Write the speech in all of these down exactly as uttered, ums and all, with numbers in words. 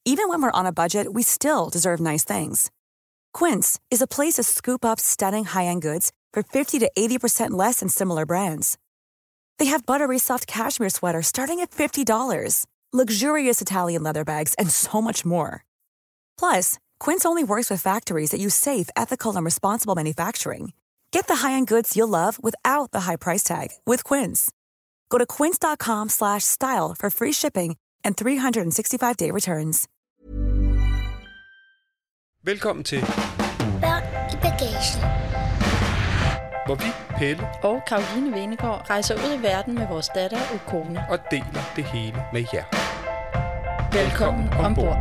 Even when we're on a budget, we still deserve nice things. Quince is a place to scoop up stunning high-end goods for fifty to eighty percent less than similar brands. They have buttery soft cashmere sweaters starting at fifty dollars, luxurious Italian leather bags, and so much more. Plus, Quince only works with factories that use safe, ethical, and responsible manufacturing. Get the high-end goods you'll love without the high price tag with Quince. Go to quince.com slash style for free shipping and three sixty-five day returns. Velkommen til Børn i bagagen. Hvor vi, Pelle og Caroline Venegård rejser ud i verden med vores datter og kone. og deler det hele med jer. Velkommen ombord.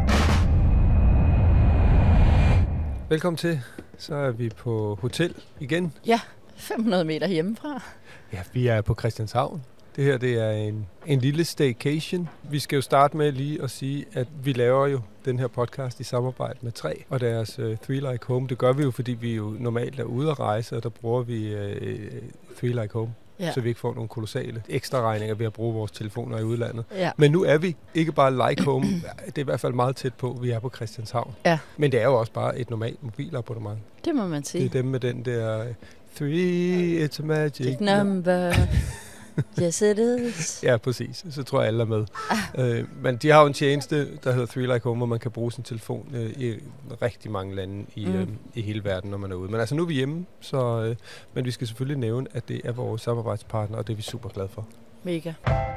Velkommen til. Så er vi på hotel igen. Ja, fem hundrede meter hjemmefra. Ja, vi er på Christianshavn. Det her det er en, en lille staycation. Vi skal jo starte med lige at sige, at vi laver jo den her podcast i samarbejde med Tre og deres uh, Three Like Home. Det gør vi jo, fordi vi jo normalt er ude at rejse, og der bruger vi uh, Three Like Home. Ja. Så vi ikke får nogle kolossale ekstra regninger ved at bruge vores telefoner i udlandet. Ja. Men nu er vi ikke bare Like Home. Det er i hvert fald meget tæt på, vi er på Christianshavn. Ja. Men det er jo også bare et normalt mobilabonnement. Det må man sige. Det er dem med den der Three, it's a magic number. Yes, it is. Ja, præcis. Så tror jeg, alle er med. Ah. Øh, men de har jo en tjeneste, der hedder Three Like Home, hvor man kan bruge sin telefon øh, i rigtig mange lande i, mm. øh, i hele verden, når man er ude. Men altså, nu er vi hjemme, så, øh, men vi skal selvfølgelig nævne, at det er vores samarbejdspartner, og det er vi super glade for. Mega.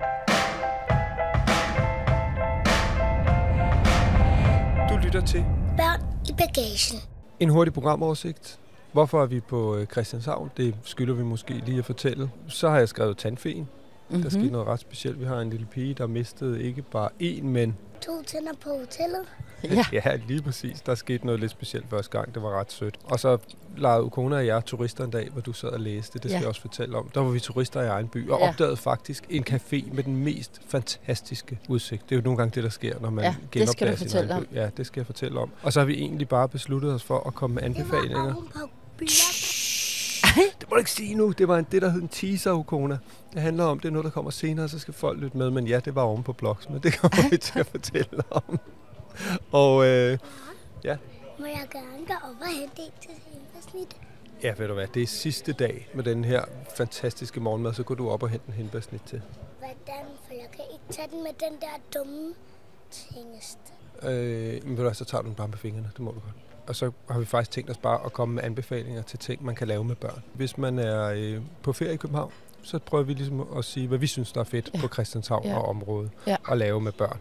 Du lytter til Børn i bagagen. En hurtig programoversigt. Hvorfor er vi på Christianshavn? Det skylder vi måske lige at fortælle. Så har jeg skrevet tandfen. Mm-hmm. Der skete noget ret specielt. Vi har en lille pige, der mistede ikke bare én, men To tænder på hotellet. Ja. ja, lige præcis. Der skete noget lidt specielt første gang. Det var ret sødt. Og så legede Ukona og jeg turister en dag, hvor du sad og læste. Det skal ja. jeg også fortælle om. Der var vi turister i egen by og ja. opdagede faktisk en café med den mest fantastiske udsigt. Det er jo nogle gange det, der sker, når man ja, genopdager sin egen by. Om. Ja, det skal jeg fortælle om. Og så har vi egentlig bare besluttet os for at komme med anbefalinger. Det må du ikke sige nu. Det var en, det, der hed en teaser, Ukona. Det handler om, det er noget, der kommer senere, så skal folk lytte med. Men ja, det var oven på blogs, men det kommer vi til at fortælle om. Og øh, ja. Må jeg gerne gå op og hente en til hindbærsnit? Ja, ved du hvad, det er sidste dag med den her fantastiske morgenmad, så går du op og hente en hindbærsnit til. Hvordan? For jeg kan ikke tage den med den der dumme tingest. Øh, men ved du hvad, så tager du den bare med fingrene, det må du godt. Og så har vi faktisk tænkt os bare at komme med anbefalinger til ting, man kan lave med børn. Hvis man er øh, på ferie i København, så prøver vi ligesom at sige, hvad vi synes, der er fedt ja. på Christianshavn ja. og området ja. at lave med børn.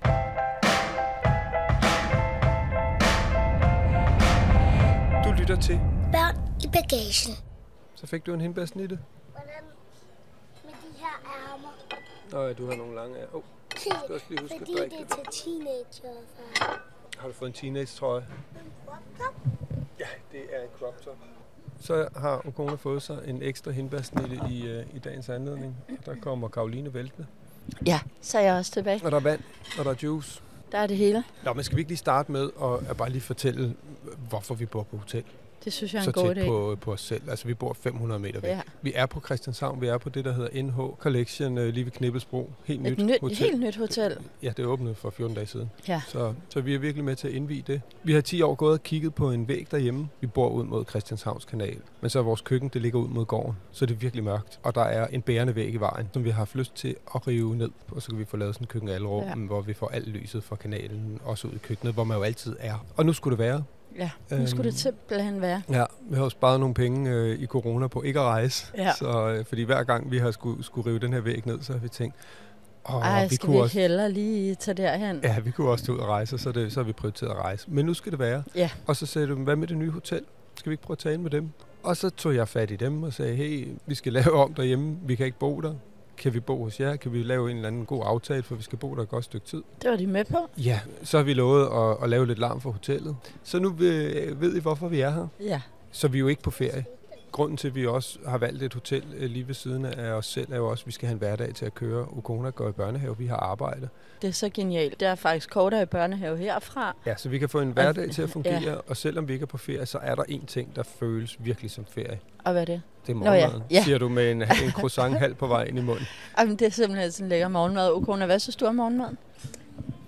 Du lytter til Børn i bagagen. Så fik du en hindbærsnitte. Hvordan med de her ærmer? Nå ja, du har nogle lange ærmer. Åh, oh, skal også lige huske fordi at drikke det er til teenager, far. Har du fået en teenage-trøje? Ja, det er en crop top. Så har Ukona fået sig en ekstra hindbærsnitte i, uh, i dagens anledning. Og der kommer Caroline væltende. Ja, så er jeg også tilbage. Og der er vand, og der er juice. Der er det hele. Nå, men skal vi ikke lige starte med at, at bare lige fortælle, hvorfor vi bor på hotel? Det synes jeg er en så god idé. Så tæt på, på os selv. Altså, vi bor fem hundrede meter væk. Ja. Vi er på Christianshavn. Vi er på det, der hedder N H Collection, øh, lige ved Knibbelsbro. Helt Et nyt ny, hotel. Helt nyt hotel. Ja, det åbnede for fjorten dage siden. Ja. Så, så vi er virkelig med til at indvie det. Vi har ti år gået og kigget på en væg derhjemme. Vi bor ud mod Christianshavns kanal. Men så er vores køkken, det ligger ud mod gården. Så det er virkelig mørkt. Og der er en bærende væg i vejen, som vi har haft lyst til at rive ned. Og så kan vi få lavet sådan en køkkenalrum, ja. hvor vi får alt lyset fra kanalen også ud i køkkenet, hvor man jo altid er. Og nu skulle det være. Ja, nu skulle det simpelthen være. Ja, vi har jo sparet nogle penge øh, i corona på ikke at rejse. Ja. Så, øh, fordi hver gang vi har skulle, skulle rive den her væg ned, så har vi tænkt, åh, Ej, vi skal kunne vi også hellere lige tage derhen? Ja, vi kunne også tage ud og rejse, så, det, så har vi prioriteret at rejse. Men nu skal det være. Ja. Og så sagde du, hvad med det nye hotel? Skal vi ikke prøve at tale med dem? Og så tog jeg fat i dem og sagde, hey, vi skal lave om derhjemme. Vi kan ikke bo der. Kan vi bo hos jer? Kan vi lave en eller anden god aftale, for vi skal bo der et godt stykke tid? Det var de med på. Ja, så har vi lovet at, at lave lidt larm for hotellet. Så nu ved, ved I, hvorfor vi er her. Ja. Så vi er jo ikke på ferie. Grunden til, at vi også har valgt et hotel lige ved siden af os selv, er jo også, at vi skal have en hverdag til at køre. Ukona går i børnehave, vi har arbejde. Det er så genialt. Det er faktisk kortere i børnehave herfra. Ja, så vi kan få en hverdag til at fungere, ja. og selvom vi ikke er på ferie, så er der én ting, der føles virkelig som ferie. Og hvad er det? Det er morgenmaden, Nå, ja. Ja. siger du med en, en croissant halv på vej ind i munden. Jamen, det er simpelthen sådan en lækker morgenmad. Ukona, hvad synes du om morgenmaden?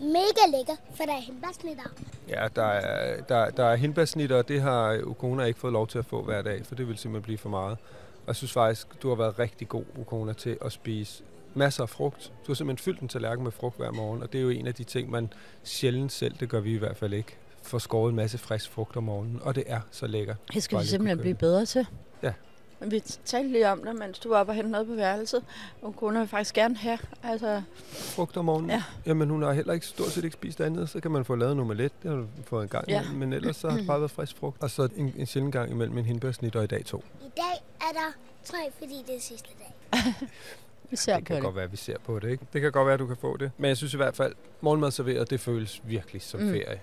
mega lækker, for der er hindbærsnitter. Ja, der er, der, der er hindbærsnitter, og det har Ukona ikke fået lov til at få hver dag, for det vil simpelthen blive for meget. Og jeg synes faktisk, du har været rigtig god, Ukona, til at spise masser af frugt. Du har simpelthen fyldt en tallerken med frugt hver morgen, og det er jo en af de ting, man sjældent selv, det gør vi i hvert fald ikke, får skåret en masse frisk frugt om morgenen, og det er så lækkert. Det skal vi simpelthen blive bedre til. Ja. Vi talte lige om det, mens du var oppe og hente noget på værelset. Ukona vil faktisk gerne have. Altså... Frugt om morgenen? Ja. Jamen, hun har heller ikke stort set ikke spist andet. Så kan man få lavet en omelet, det har du fået en gang ja. imellem. Men ellers så har det bare været frisk frugt. Og så en, en sjældent gang imellem en hindbærsnit, og i dag to. I dag er der tre, fordi det er sidste dag. Vi ser det på kan det. godt være, at vi ser på det, ikke? Det kan godt være, at du kan få det. Men jeg synes i hvert fald, morgenmad serveret, det føles virkelig som mm. ferie.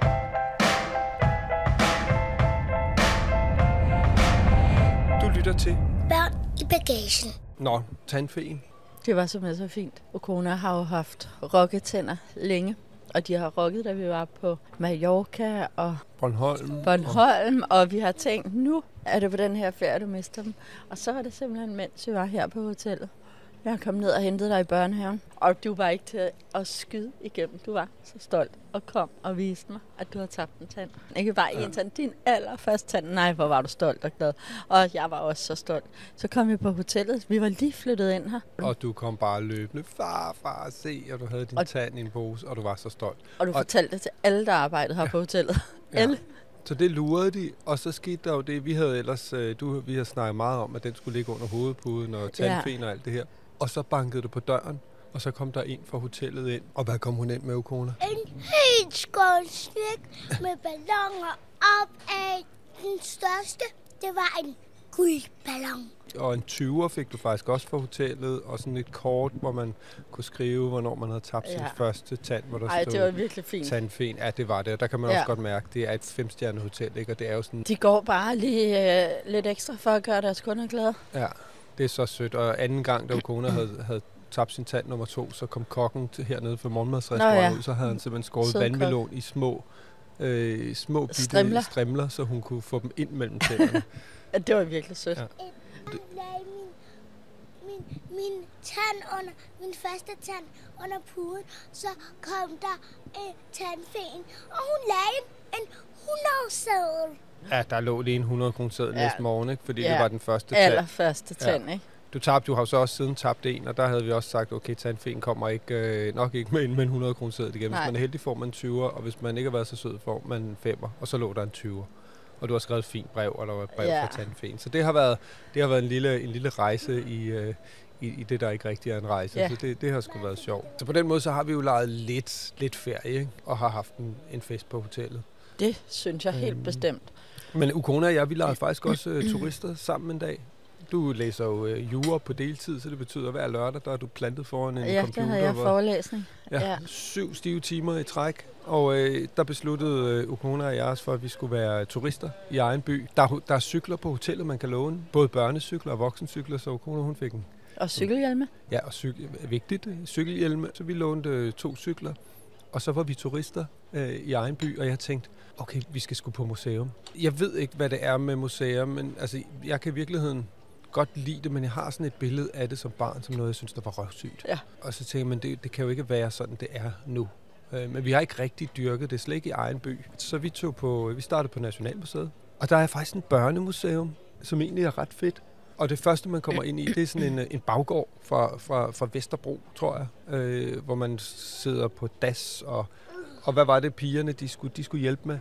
Du lytter til Børn i bagagen. Nå, tandfeen. Det var simpelthen så fint. Ukona har jo haft rokketænder længe, og de har rokket, da vi var på Mallorca og Bornholm. Bornholm, og, og vi har tænkt, nu er det på den her ferie, du mister dem. Og så var det simpelthen, mens vi var her på hotellet. Jeg kom ned og hentede dig i børnehaven, og du var ikke til at skyde igennem. Du var så stolt og kom og viste mig, at du havde tabt en tand. Ikke bare en tand, din allerførste tand. Nej, hvor var du stolt og glad. Og jeg var også så stolt. Så kom vi på hotellet. Vi var lige flyttet ind her. Og du kom bare løbende. Far, far, se, og du havde din og tand i en pose, og du var så stolt. Og du og fortalte det til alle, der arbejdede her ja. på hotellet. Ja. Alle. Så det lurede de, og så skete der jo det, vi havde ellers, du, vi har snakket meget om, at den skulle ligge under hovedpuden og tandfen ja. og alt det her. Og så bankede du på døren, og så kom der en fra hotellet ind. Og hvad kom hun ind med, Ukona? En helt skål slik med balloner op af den største. Det var en guldballon. Og en tyver fik du faktisk også fra hotellet, og sådan et kort, hvor man kunne skrive, hvornår man havde tabt ja. sin første tand, hvor der Ej, stod det var virkelig fint. Tandfen. Ja, det var det. Der kan man ja. også godt mærke, det er et femstjernet hotel, ikke? Og det er jo sådan... De går bare lige øh, lidt ekstra for at gøre deres kunder glade. Ja. Det er så sødt, og anden gang, da Ukona havde, havde tabt sin tand nummer to, så kom kokken til hernede for morgenmadsrestauranten ja. ud, så havde han simpelthen skåret vandmelon i små, øh, små bitte strimler. strimler, så hun kunne få dem ind mellem tænderne. Ja, det var virkelig sødt. Ja. Jeg lagde min, min, min tand under, min første tand under puden, så kom der øh, tandfen, og hun lagde en hundrede-seddel. Ja, der lå lige en hundrede kroner seddel ja. næste morgen, ikke? Fordi ja. det var den første tand. Allerførste tand, ja. ikke? Du tabte, du har jo så også siden tabt en, og der havde vi også sagt, okay, tandfen kommer ikke, øh, nok ikke med en, med en hundrede kroner seddel igen. Hvis man er heldig, får man en tyver, og hvis man ikke har været så sød, får man en femmer, og så lå der en tyver. Og du har skrevet et fint brev, og der var et brev ja. fra tandfen. Så det har været, det har været en, lille, en lille rejse i, øh, i, i det, der ikke rigtig er en rejse. Ja. Så det, det har sgu været sjovt. Så på den måde, så har vi jo lejet lidt, lidt ferie, ikke? Og har haft en, en fest på hotellet. Det synes jeg helt øhm. bestemt. Men Ukona og jeg, vi legede faktisk også uh, turister sammen en dag. Du læser jo uh, jura på deltid, så det betyder, at hver lørdag, der er du plantet foran en ja, computer. Ja, der havde jeg forelæsning. Ja, ja, syv stive timer i træk. Og uh, der besluttede uh, Ukona og jeg os for, at vi skulle være turister i egen by. Der, der er cykler på hotellet, man kan låne. Både børnecykler og voksencykler, så Ukona, hun fik en. Og cykelhjelme? Ja, og cykel, vigtigt. Cykelhjelme. Så vi lånte uh, to cykler. Og så var vi turister øh, i egen by, og jeg tænkte, okay, vi skal sgu på museum. Jeg ved ikke, hvad det er med museer, men altså, jeg kan i virkeligheden godt lide det, men jeg har sådan et billede af det som barn, som noget, jeg synes, der var røvsygt. Ja. Og så tænkte jeg, men det, det kan jo ikke være sådan, det er nu. Øh, men vi har ikke rigtig dyrket det, slet ikke i egen by. Så vi tog på, vi startede på Nationalmuseet, og der er faktisk en børnemuseum, som egentlig er ret fedt. Og det første, man kommer ind i, det er sådan en, en baggård fra, fra, fra Vesterbro, tror jeg, øh, hvor man sidder på das, og, og hvad var det, pigerne de skulle, de skulle hjælpe med?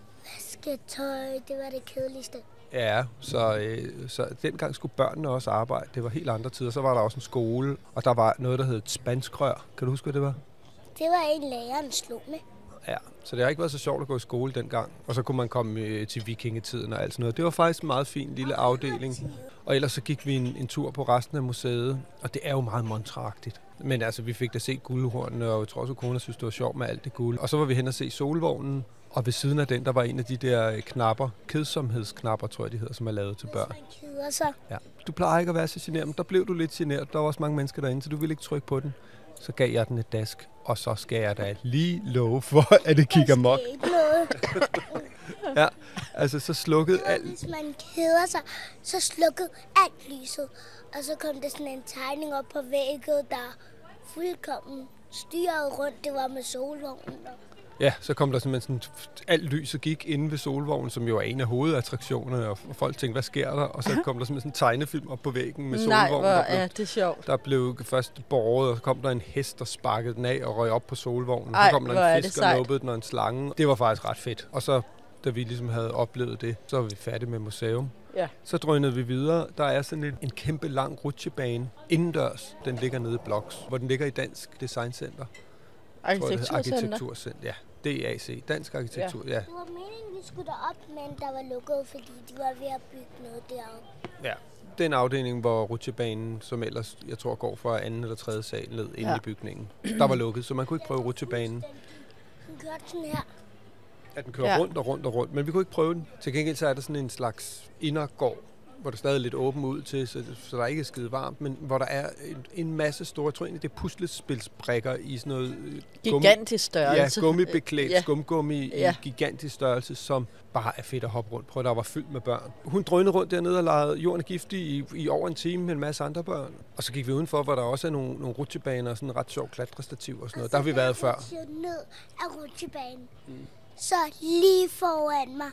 Vasketøj, det var det kedeligste. Ja, så, øh, så dengang skulle børnene også arbejde. Det var helt andre tider. Så var der også en skole, og der var noget, der hed et spanskrør. Kan du huske, hvad det var? Det var en læreren slog med. Ja, så det har ikke været så sjovt at gå i skole dengang. Og så kunne man komme øh, til vikingetiden og alt sådan noget. Det var faktisk en meget fin lille afdeling. Og ellers så gik vi en, en tur på resten af museet, og det er jo meget montragtigt. Men altså, vi fik da se guldhornene, og jeg tror også, at kone synes, det var sjovt med alt det guld. Og så var vi hen og se solvognen, og ved siden af den, der var en af de der knapper, kedsomhedsknapper, tror jeg, de hedder, som er lavet til børn. Ja. Du plejer ikke at være så generet, men der blev du lidt generet. Der var også mange mennesker derinde, så du ville ikke trykke på den. Så gav jeg den et dask, og så skal jeg da lige love for, at det kigger mok. Ja, altså så slukkede alt. Hvis man keder sig, så slukkede alt lyset. Og så kom der sådan en tegning op på vægget, der fuldkommen styrede rundt, det var med solvognen. Ja, så kom der simpelthen sådan, alt lyset gik inde ved solvognen, som jo er en af hovedattraktionerne, og folk tænkte, hvad sker der? Og så kom der simpelthen sådan en tegnefilm op på væggen med Nej, solvognen. hvor Der blev, er det sjovt. der blev først båret, og så kom der en hest, der sparkede den af og røg op på solvognen. Ej, så kom hvor der er en det fisk og sejt. luppede den og en slange. Det var faktisk ret fedt. Og så, da vi ligesom havde oplevet det, så var vi færdige med museum. Ja. Så drønede vi videre. Der er sådan en, en kæmpe lang rutsjebane indendørs. Den ligger nede i Bloks, hvor den ligger i Dansk Design Center. Arkitekturcenter. Arkitekturcenter, ja. D A C, Dansk Arkitektur, ja. Det var meningen, vi skulle derop, men der var lukket, fordi de var ved at bygge noget deroppe. Ja, den afdeling, hvor rutsjebanen, som ellers, jeg tror, går fra anden eller tredje sal ned inde Ja. i bygningen, der var lukket, så man kunne ikke prøve rutsjebanen. Den kørte sådan her. At den kører Ja. rundt og rundt og rundt, men vi kunne ikke prøve den. Til gengæld så er der sådan en slags indergård, hvor der stadig er lidt åben ud til, så, så der ikke er skide varmt, men hvor der er en, en masse store, jeg tror egentlig, det er puslespilsbrikker i sådan noget øh, gummi, Gigantisk størrelse. ja, gummibeklædt Ja. skumgummi Ja. i gigantisk størrelse, som bare er fedt at hoppe rundt på. Der var fyldt med børn. Hun drønede rundt dernede og legede jorden er giftig i, i over en time med en masse andre børn. Og så gik vi udenfor, hvor der også er nogle, nogle rutsjebaner og sådan en ret sjov klatrestativ og sådan noget. Der har vi været før. Så ned af rutsjebanen. Mm. Så lige foran mig.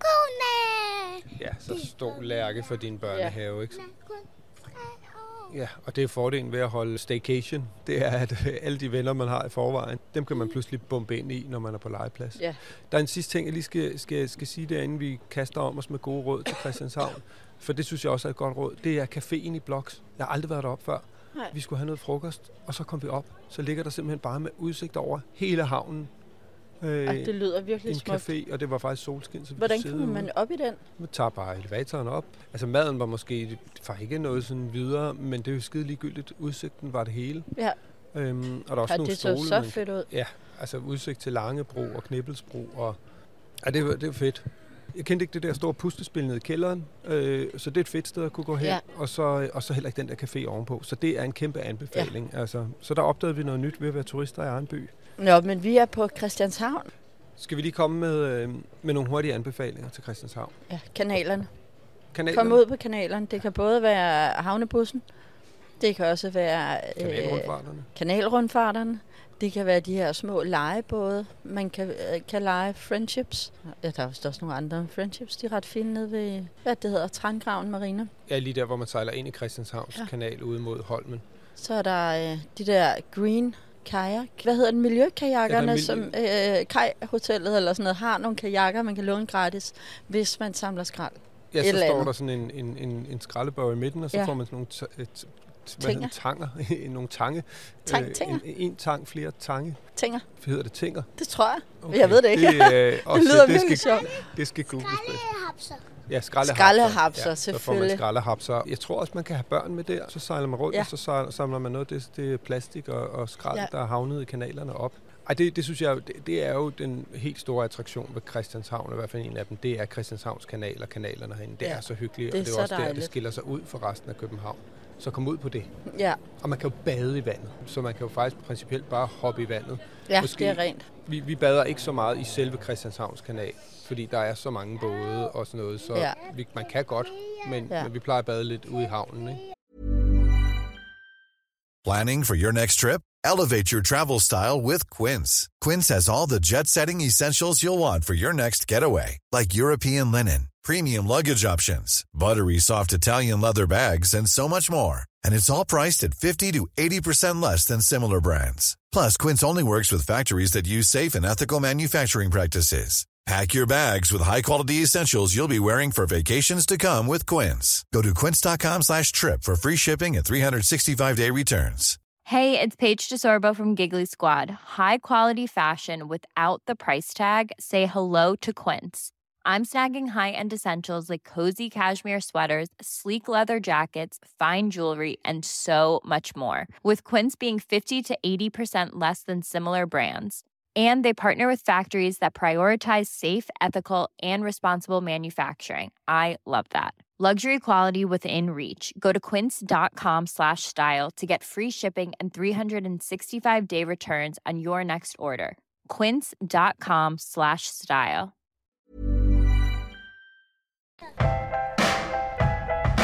Godnat! Ja, så stod Lærke for din børnehave, ikke? Den er kun tre år. Ja, og det er fordelen ved at holde staycation. Det er, at alle de venner, man har i forvejen, dem kan man pludselig bombe ind i, når man er på legeplads. Ja. Der er en sidste ting, jeg lige skal, skal, skal sige derinde, vi kaster om os med gode råd til Christianshavn. For det synes jeg også er et godt råd. Det er caféen i Bloks. Jeg har aldrig været deroppe før. Nej. Vi skulle have noget frokost, og så kom vi op. Så ligger der simpelthen bare med udsigt over hele havnen. Øh, Ej, det lyder virkelig en smukt. café, og det var faktisk solskin. Så vi Hvordan kunne kommer sidde man ude. op i den? Man tager bare elevatoren op. Altså maden var måske det var ikke noget sådan videre, men det er jo skide ligegyldigt. Udsigten var det hele. Ja, Øhm, og der er også ja nogle det så stole. så man- fedt ud. Ja, altså udsigt til Langebro og Knibbelsbro. Og, ja, det var, det var fedt. Jeg kendte ikke det der store puslespil nede i kælderen, øh, så det er et fedt sted at kunne gå hen. Ja. Og, så, og så heller ikke den der café ovenpå. Så det er en kæmpe anbefaling. Ja. Altså, så der opdagede vi noget nyt ved at være turister i egen by. Nå, men vi er på Christianshavn. Skal vi lige komme med, øh, med nogle hurtige anbefalinger til Christianshavn? Ja, kanalerne. Kanalerne, Kom ud på kanalerne. Det kan både være havnebussen. Det kan også være øh, kanalrundfarterne. kanalrundfarterne. Det kan være de her små legebåde. Man kan, øh, kan lege friendships. Ja, der er vist også nogle andre friendships. De er ret fine nede ved, hvad det hedder, Trangraven Marina. Ja, lige der, hvor man sejler ind i Christianshavns Ja. kanal ude mod Holmen. Så er der øh, de der green kajak. Hvad hedder den? Miljøkajakkerne, Ja, der er som øh, Kaj-hotellet eller sådan noget har nogle kajakker, man kan låne gratis, hvis man samler skrald. Ja, så eller står andet. der sådan en, en, en, en skraldebørge i midten, og så Ja. ja. får man sådan nogle t- t- hvad hedder Tinger. det, tanger, nogle tange. Tang- Øh, tinger. en, en tang, flere tange. Tænker, Hvad hedder det? Tinger? det tror jeg. Okay. Jeg ved det ikke. Det, øh, Det også, lyder det virkelig skal, sjovt. det skal googles bedst. Skraldehapser. Ja, skraldehapser. Skraldehapser, ja, så får man selvfølgelig. skraldehapser. Jeg tror også, man kan have børn med der. Så sejler man rundt, Ja. ja. og så sejler- samler man noget af det, det er plastik og, og skrald, Ja. ja. der er havnet i kanalerne op. Ej, det, det synes jeg, jo- det, det er jo den helt store attraktion ved Christianshavn, i hvert fald en af dem, det er Christianshavns kanal og kanalerne herinde. Det Ja. er så hyggeligt, Det er og det er så også der, det dejligt. skiller sig ud fra resten af København. Så kom ud på det. Ja, Og man kan jo bade i vandet, så man kan jo faktisk principielt bare hoppe i vandet. ja Måske- det er rent. Vi, vi bader ikke så meget i selve Christianshavns kanal, fordi der er så mange både og sådan noget, så Ja. ja. vi, man kan godt, men, Ja. ja. men vi plejer at bade lidt ude i havnen, ikke? Planning for your next trip? Elevate your travel style with Quince. Quince has all the jet-setting essentials you'll want for your next getaway, like European linen, premium luggage options, buttery soft Italian leather bags, and so much more. And it's all priced at fifty to eighty percent less than similar brands. Plus, Quince only works with factories that use safe and ethical manufacturing practices. Pack your bags with high-quality essentials you'll be wearing for vacations to come with Quince. Go to quince.com slash trip for free shipping and three sixty-five day returns. Hey, it's Paige DeSorbo from Giggly Squad. High quality fashion without the price tag. Say hello to Quince. I'm snagging high-end essentials like cozy cashmere sweaters, sleek leather jackets, fine jewelry, and so much more. With Quince being fifty to eighty percent less than similar brands. And they partner with factories that prioritize safe, ethical, and responsible manufacturing. I love that. Luxury quality within reach. Go to quince.com slash style to get free shipping and three sixty-five day returns on your next order. Quince.com slash style.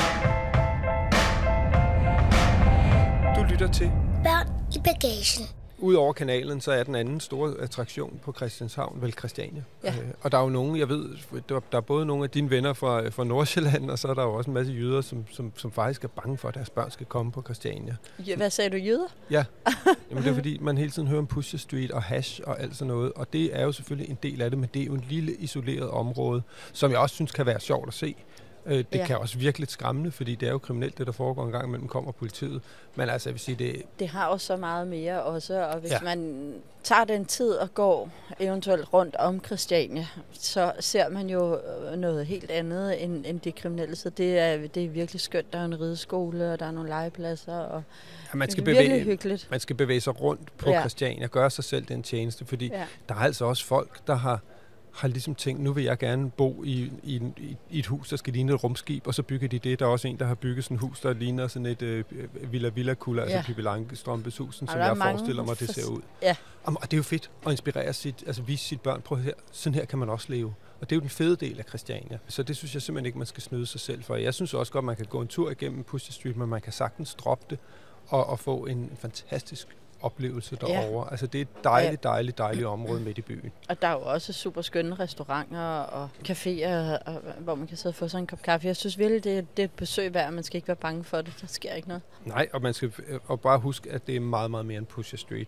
Du lytter til Børn i bagagen. Udover kanalen, så er den anden store attraktion på Christianshavn vel Christiania. Ja. Øh, og der er jo nogen, jeg ved, der, der er både nogle af dine venner fra, fra Nordsjælland, og så er der jo også en masse jyder, som, som, som faktisk er bange for, at deres børn skal komme på Christiania. Ja, hvad sagde du, jyder? Ja, jamen det er fordi, man hele tiden hører om Pusher Street og hash og alt sådan noget, og det er jo selvfølgelig en del af det, men det er jo en lille isoleret område, som jeg også synes kan være sjovt at se. Det ja. kan også virkelig skræmmende, fordi det er jo kriminelt, det der foregår en gang imellem, kommer politiet. Men altså, jeg vil sige, det... Det har også så meget mere også, og hvis ja. man tager den tid og går eventuelt rundt om Christiania, så ser man jo noget helt andet end, end det kriminelle. Så det er, det er virkelig skønt. Der er en rideskole, og der er nogle legepladser, og ja, man skal det er virkelig bevæge, hyggeligt. Man skal bevæge sig rundt på ja. Christiania og gøre sig selv den tjeneste, fordi ja. der er altså også folk, der har... har ligesom tænkt, nu vil jeg gerne bo i, i, i et hus, der skal ligne et rumskib, og så bygger de det. Der er også en, der har bygget sådan et hus, der ligner sådan et øh, Villa Villa Kulla, ja. altså Pippi Langstrømpes hus, som jeg forestiller mig, det ser ud. Ja. Og, og det er jo fedt at inspirere sit, altså vise sit børn, prøv her, sådan her kan man også leve. Og det er jo den fede del af Christiania. Så det synes jeg simpelthen ikke, man skal snyde sig selv for. Jeg synes også godt, man kan gå en tur igennem Pusher Street, men man kan sagtens droppe det og, og få en fantastisk oplevelse derovre. Ja. Altså det er et dejligt, dejligt, dejligt område midt i byen. Og der er jo også super skønne restauranter og caféer, hvor man kan sidde og få sig en kop kaffe. Jeg synes virkelig, det er, det er et besøg værd, man skal ikke være bange for det. Der sker ikke noget. Nej, og man skal og bare huske, at det er meget, meget mere end Pusher Street.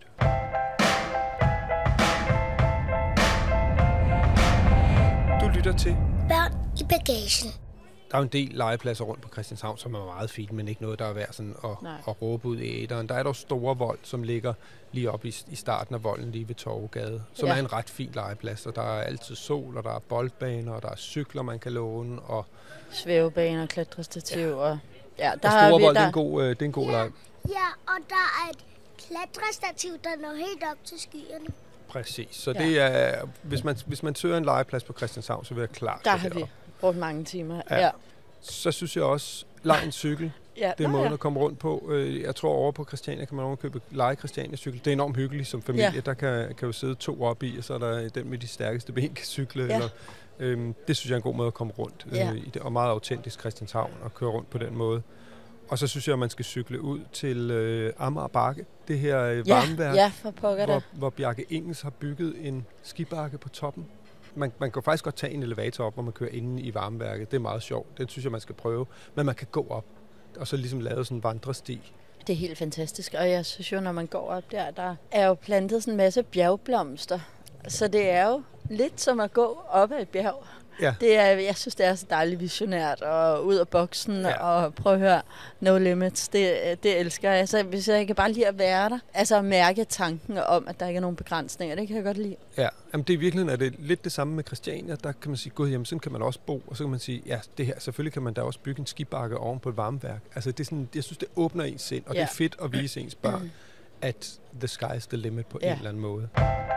Du lytter til Børn i bagagen. Der er jo en del legepladser rundt på Christianshavn, som er meget fint, men ikke noget, der er værd sådan at, at råbe ud i æteren. Der er dog Store Vold, som ligger lige oppe i, i starten af volden, lige ved Torvegade, som ja. er en ret fin legeplads. Og der er altid sol, og der er boldbaner, og der er cykler, man kan låne. Og svævebaner, klatrestativ. Ja. Og, ja, der og Store vi, Vold, der... det er en god, øh, det er en god ja, leg. Ja, og der er et klatrestativ, der når helt op til skyerne. Præcis. Så ja. det er, hvis man, hvis man søger en legeplads på Christianshavn, så vil jeg klart der har vi brugt mange timer. Ja. Ja. Så synes jeg også, lege en cykel. Ja, det er måden ja. at komme rundt på. Jeg tror over på Christiania kan man overkøbe lege Christiania-cykel. Det er enormt hyggeligt som familie. Ja. Der kan, kan jo sidde to op i, og så er der den med de stærkeste ben kan cykle. Ja. Eller, øhm, det synes jeg er en god måde at komme rundt ja. øh, i det, og meget autentisk Christianshavn og køre rundt på den måde. Og så synes jeg, at man skal cykle ud til øh, Amager Bakke, det her øh, varmeværk, ja, for pokker hvor, hvor Bjarke Ingels har bygget en skibakke på toppen. Man, man kan faktisk godt tage en elevator op, hvor man kører inde i varmeværket. Det er meget sjovt. Det synes jeg, man skal prøve. Men man kan gå op, og så ligesom lave sådan en vandresti. Det er helt fantastisk. Og jeg synes jo, når man går op der, der er jo plantet sådan en masse bjergblomster. Så det er jo lidt som at gå op ad et bjerg. Ja. Det er, jeg synes, det er så dejligt visionært, og ud af boksen, ja. og prøv at høre, no limits, det, det elsker jeg. Altså, hvis jeg kan bare lide at være der, altså at mærke tanken om, at der ikke er nogen begrænsninger, det kan jeg godt lide. Ja, jamen det i virkeligheden er det lidt det samme med Christiania, der kan man sige, gud, jamen sådan kan man også bo, og så kan man sige, ja, det her, selvfølgelig kan man da også bygge en skibakke oven på et varmeværk. Altså det er sådan, jeg synes, det åbner ens sind, og ja. det er fedt at vise ens børn, at the sky's the limit på ja. en eller anden måde.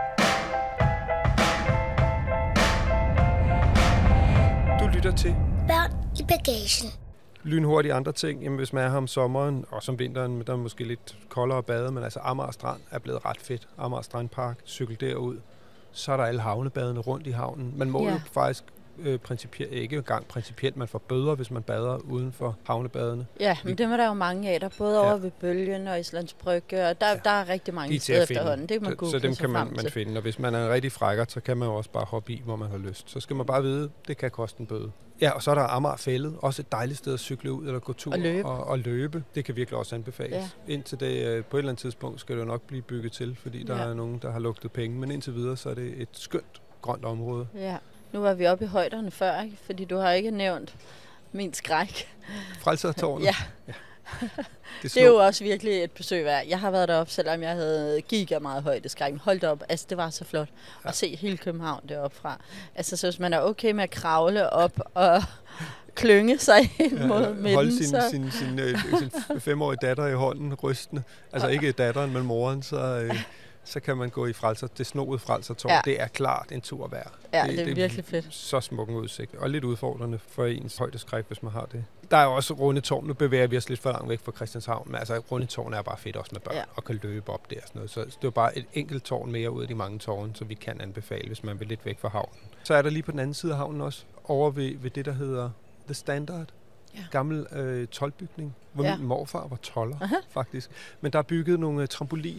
Lytter til Børn i bagagen. Lynhurtige andre ting, jamen hvis man er her om sommeren, og som vinteren, der er måske lidt koldere at bade, men altså Amager Strand er blevet ret fedt. Amager Strandpark, cykel derud. Så er der alle havnebadene rundt i havnen. Man må ja. jo faktisk øh, principielt, ikke engang principielt, man får bøder, hvis man bader uden for havnebadene. Ja, men det var der jo mange af, der både ja. over ved Bølgen og Islands Brygge, og der, ja. der er rigtig mange steder efterhånden. Det kan man så, så dem kan man, man finde, og hvis man er en rigtig frækkert, så kan man jo også bare hoppe i, hvor man har lyst. Så skal man bare vide, det kan koste en bøde. Ja, og så er der Amager Fælled, også et dejligt sted at cykle ud eller gå tur og løbe. Og, og løbe. Det kan virkelig også anbefales. Ja. Indtil det, på et eller andet tidspunkt skal det jo nok blive bygget til, fordi der ja. er nogen, der har lugtet penge. Men indtil videre, så er det et skønt grønt område. Ja, nu var vi oppe i højderne før, ikke? Fordi du har ikke nævnt min skræk. Frelsertårnet? Ja. ja. Det, det er jo også virkelig et besøg værd. Jeg har været deroppe, selvom jeg havde giga meget højdeskræk. Hold op, altså det var så flot ja. at se hele København deroppe fra. Altså så hvis man er okay med at kravle op og klynge sig ind ja, mod midten. Holde sin, så... sin, sin, øh, sin femårige datter i hånden, rystende. Altså ja. ikke datteren, men moren, så... Øh, så kan man gå i frelser, det snoede frelsertårn. Ja. Det er klart en tur værd. Ja, det, det er det virkelig fedt. Så smuk en udsigt, og lidt udfordrende for ens højdeskræk, hvis man har det. Der er jo også Rundetårn. Nu bevæger vi os lidt for langt væk fra Christianshavn, men altså Rundetårn er bare fedt også med børn, ja. og kan løbe op der. Sådan noget. Så det er bare et enkelt tårn mere ud af de mange tårne, som vi kan anbefale, hvis man vil lidt væk fra havnen. Så er der lige på den anden side af havnen også, over ved, ved det, der hedder The Standard. Ja. Gammel øh, toldbygning, hvor ja. min morfar var tolder, Aha. faktisk. Men der er bygget nogle øh, trampoliner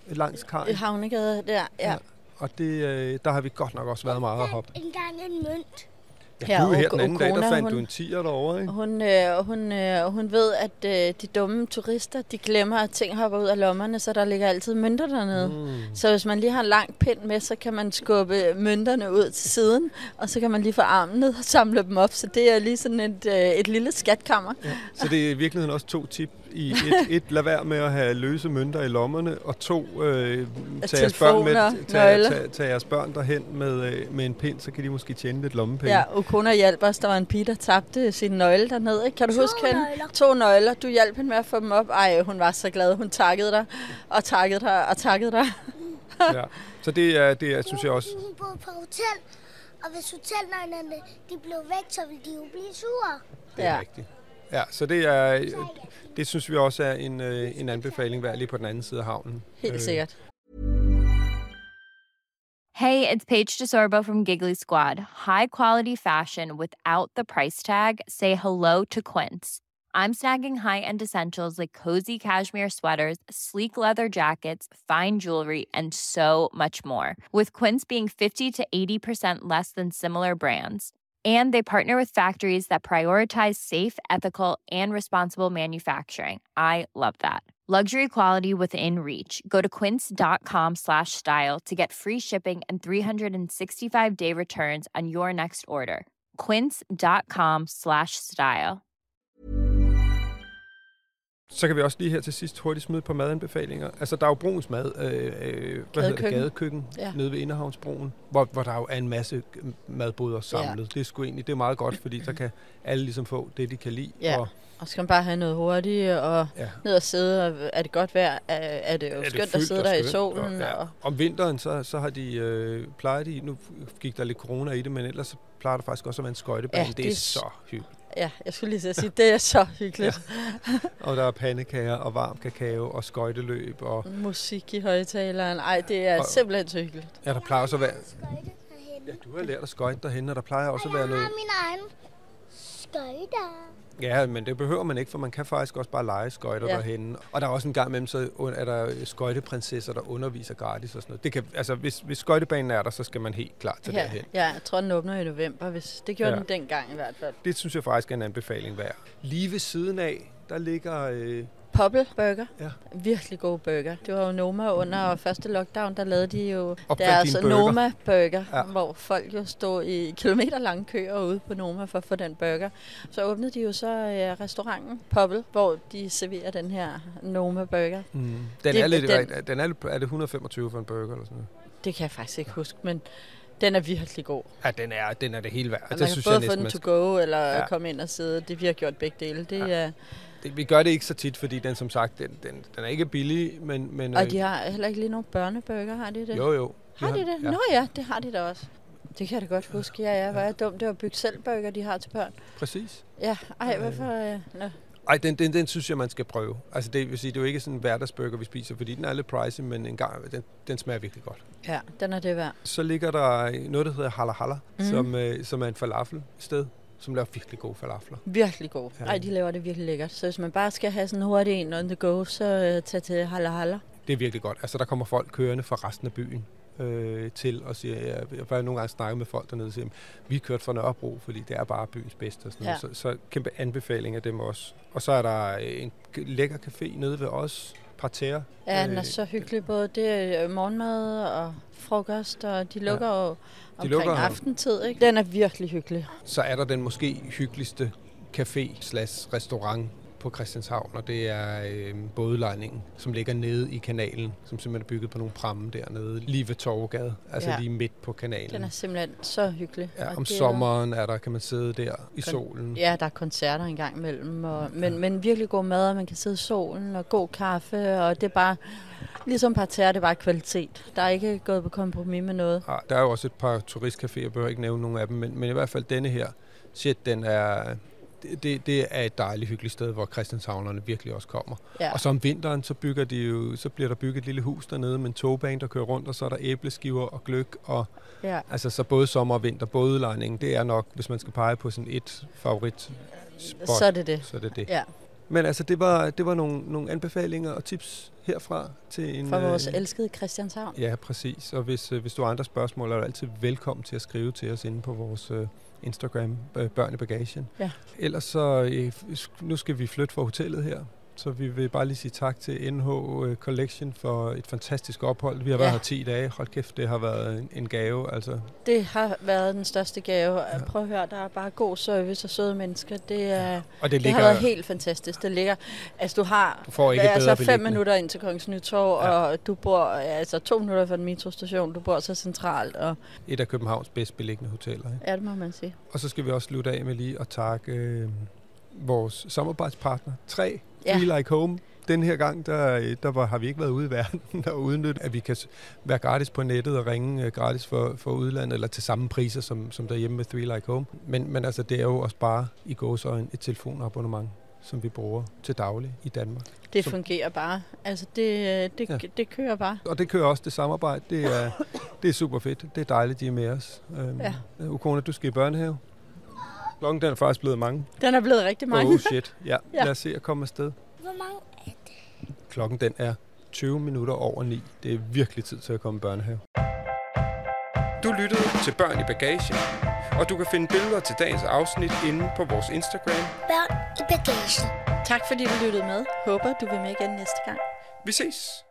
langs kajen. Havnegade der, ja. ja. Og det, øh, der har vi godt nok også været meget at hoppe. En gang en mønt. Ja, du er her den anden dag, der fandt hun, du en tier derovre, ikke? Hun, øh, hun, øh, hun ved, at øh, de dumme turister, de glemmer, at ting hopper ud af lommerne, så der ligger altid mønter dernede. Mm. Så hvis man lige har en lang pind med, så kan man skubbe mønterne ud til siden, og så kan man lige få armen ned og samle dem op. Så det er lige sådan et, øh, et lille skatkammer. Ja. Så det er i virkeligheden også to tip i et. Et, lad være med at have løse mønter i lommerne, og to, øh, tag, jeres børn med, tag, tag, tag jeres børn derhen med, øh, med en pind, så kan de måske tjene lidt lommepenge. Ja, Okona hjalp os. Der var en pige, der tabte sin nøgle dernede. Ikke? Kan du to huske hende? Nøgler. To nøgler. Du hjalp hende med at få dem op. Ej, hun var så glad. Hun takkede dig, og takkede dig, og takkede dig. Ja, så det er, det er, synes jeg også. Hun boede på hotel, og hvis hotelnøglerne de blev væk, så ville de jo blive sure. Det er ja. rigtigt. Ja, så det er, det synes vi også er en, en anbefaling værd lige på den anden side af havnen. Helt sikkert. Hey, it's Paige DeSorbo from Giggly Squad. High quality fashion without the price tag. Say hello to Quince. I'm snagging high-end essentials like cozy cashmere sweaters, sleek leather jackets, fine jewelry, and so much more. With Quince being fifty to eighty percent less than similar brands. And they partner with factories that prioritize safe, ethical, and responsible manufacturing. I love that. Luxury quality within reach. Go to quince.com slash style to get free shipping and three sixty-five day returns on your next order. Quince.com slash style. Så kan vi også lige her til sidst hurtigt smide på madanbefalinger. Altså, der er jo Bruns Mad, øh, øh, hvad hedder det, gadekøkken, ja. Nede ved Inderhavnsbroen, hvor, hvor der jo er en masse madboder samlet. Ja. Det er sgu egentlig, det er meget godt, fordi så kan alle ligesom få det, de kan lide. Ja, og, og så kan man bare have noget hurtigt, og ja. Ned og sidde, og er det godt vejr, er, er det jo er skønt det at sidde der skønt, i solen. Og, ja. Og om vinteren, så, så har de, øh, plejer de, nu gik der lidt corona i det, men ellers så plejer der faktisk også at være en skøjtebane. Ja, det, det er så hyggeligt. Ja, jeg skulle lige sige, det er så hyggeligt. Ja. Og der er pandekager og varm kakao og skøjteløb. Og musik i højtaleren. Ej, det er og, simpelthen så hyggeligt. Ja, der plejer også at være... Ja, du har lært at skøjte derhen, og der plejer også at være noget... Jeg har min egen skøjter. Ja, men det behøver man ikke, for man kan faktisk også bare lege skøjter ja. Derhenne. Og der er også en gang imellem, så er der skøjteprinsesser, der underviser gratis og sådan noget. Det kan, altså, hvis, hvis skøjtebanen er der, så skal man helt klar til ja. Derhen. Ja, jeg tror, den åbner i november. Hvis det gjorde ja. Den dengang i hvert fald. Det synes jeg faktisk er en anbefaling værd. Lige ved siden af, der ligger... Øh, Pobble Burger. Ja. Virkelig god burger. Det var jo Noma under første lockdown, der lavede de jo deres Noma Burger, ja. Hvor folk jo stod i kilometerlange køer ude på Noma for at få den burger. Så åbnede de jo så øh, restauranten Pobble, hvor de serverer den her Noma Burger. Mm. Den det, er lidt, den, den er, er det et hundrede og femogtyve for en burger eller sådan noget? Det kan jeg faktisk ikke huske, men den er virkelig god. Ja, den er, den er det hele værd. Man det kan synes både jeg få den to go, eller ja. Komme ind og sidde. Det vi har gjort begge dele. Det ja. er... Det, vi gør det ikke så tit, fordi den som sagt, den, den, den er ikke billig, men... men og de har heller ikke lige nogen børneburger, har de det? Jo, jo. De har de det? Ja. Nå ja, det har de da også. Det kan jeg da godt huske. Ja, ja, hvor er dumt. Det var byg selv burger, de har til børn. Præcis. Ja, ej, hvorfor... Øh, nå. Ej, den, den, den synes jeg, man skal prøve. Altså, det vil sige, det er jo ikke sådan en hverdagsburger, vi spiser, fordi den er lidt pricey, men en gang, den, den smager virkelig godt. Ja, den er det værd. Så ligger der noget, der hedder Halla Halla, mm. som, øh, som er en falafelsted, som laver virkelig gode falafler. Virkelig god. Ja. Ej, de laver det virkelig lækkert. Så hvis man bare skal have sådan hurtigt en on the go, så uh, tag til Halla Halla. Det er virkelig godt. Altså, der kommer folk kørende fra resten af byen øh, til og siger, ja, jeg har nogle gange snakket med folk dernede og siger, vi er kørt fra Nørrebro, fordi det er bare byens bedste. Og sådan ja. så, så kæmpe anbefaling af dem også. Og så er der en lækker café nede ved os, Parterre. Ja, den er så hyggelig. Både det er morgenmad og frokost, og de lukker ja. Jo omkring lukker aftentid. Ikke? Den er virkelig hyggelig. Så er der den måske hyggeligste café slash restaurant på Christianshavn, og det er øh, bådlejningen, som ligger nede i kanalen, som simpelthen er bygget på nogle pramme dernede, lige ved Torvegade, altså ja. Lige midt på kanalen. Den er simpelthen så hyggelig. Ja, om sommeren er der, kan man sidde der i solen. Ja, der er koncerter en gang imellem, og, men, ja. Men virkelig god mad, og man kan sidde i solen, og god kaffe, og det er bare, ligesom Parterre, det er bare kvalitet. Der er ikke gået på kompromis med noget. Ja, der er jo også et par turistcaféer, jeg behøver ikke nævne nogen af dem, men, men i hvert fald denne her, shit, den er... Det, det er et dejligt hyggeligt sted, hvor Christianshavnerne virkelig også kommer. Ja. Og så om vinteren, så, bygger de jo, så bliver der bygget et lille hus dernede med en togbane, der kører rundt, og så er der æbleskiver og gløgg. Og, ja. Altså så både sommer og vinter, bådudlejningen, det er nok, hvis man skal pege på sådan et favorit spot, så er det det. Så er det, det. Ja. Men altså, det var, det var nogle, nogle anbefalinger og tips herfra til en... For vores øh, elskede Christianshavn. Ja, præcis. Og hvis, øh, hvis du har andre spørgsmål, er du altid velkommen til at skrive til os inde på vores øh, Instagram, øh, Børn i Bagagen. Ja. Ellers så, øh, nu skal vi flytte fra hotellet her. Så vi vil bare lige sige tak til N H Collection for et fantastisk ophold. Vi har været ja. her ti dage. Hold kæft, det har været en, en gave. Altså. Det har været den største gave. Ja. Prøv at høre, der er bare god service og søde mennesker. Det, er, ja. og det, ligger, det har været helt fantastisk. Det ligger, altså du har du får ikke altså, fem minutter ind til Kongens Nytorv, ja. og du bor altså to minutter fra en metrostation. Du bor så centralt. Og et af Københavns bedst beliggende hoteller. Ikke? Ja, det må man sige. Og så skal vi også slutte af med lige at takke øh, vores samarbejdspartner, tre. Ja. Feel Like Home. Den her gang, der, der var, har vi ikke været ude i verden og udnytte, at vi kan være gratis på nettet og ringe uh, gratis for, for udlandet, eller til samme priser som, som derhjemme med Three Like Home. Men, men altså, det er jo også bare i gåseøjne et telefonabonnement, som vi bruger til daglig i Danmark. Det som, fungerer bare. Altså, det, det, ja. det kører bare. Og det kører også det samarbejde. Det er, det er super fedt. Det er dejligt, de er med os. Um, ja. Ukona, du skal i børnehave. Klokken den er faktisk blevet mange. Den er blevet rigtig mange. Oh shit. Ja, ja. Lad os se at komme afsted. Hvor mange er det? Klokken den er tyve minutter over ni. Det er virkelig tid til at komme i børnehave. Du lyttede til Børn i Bagagen, og du kan finde billeder til dagens afsnit inde på vores Instagram. Børn i Bagagen. Tak fordi du lyttede med. Håber du vil med igen næste gang. Vi ses.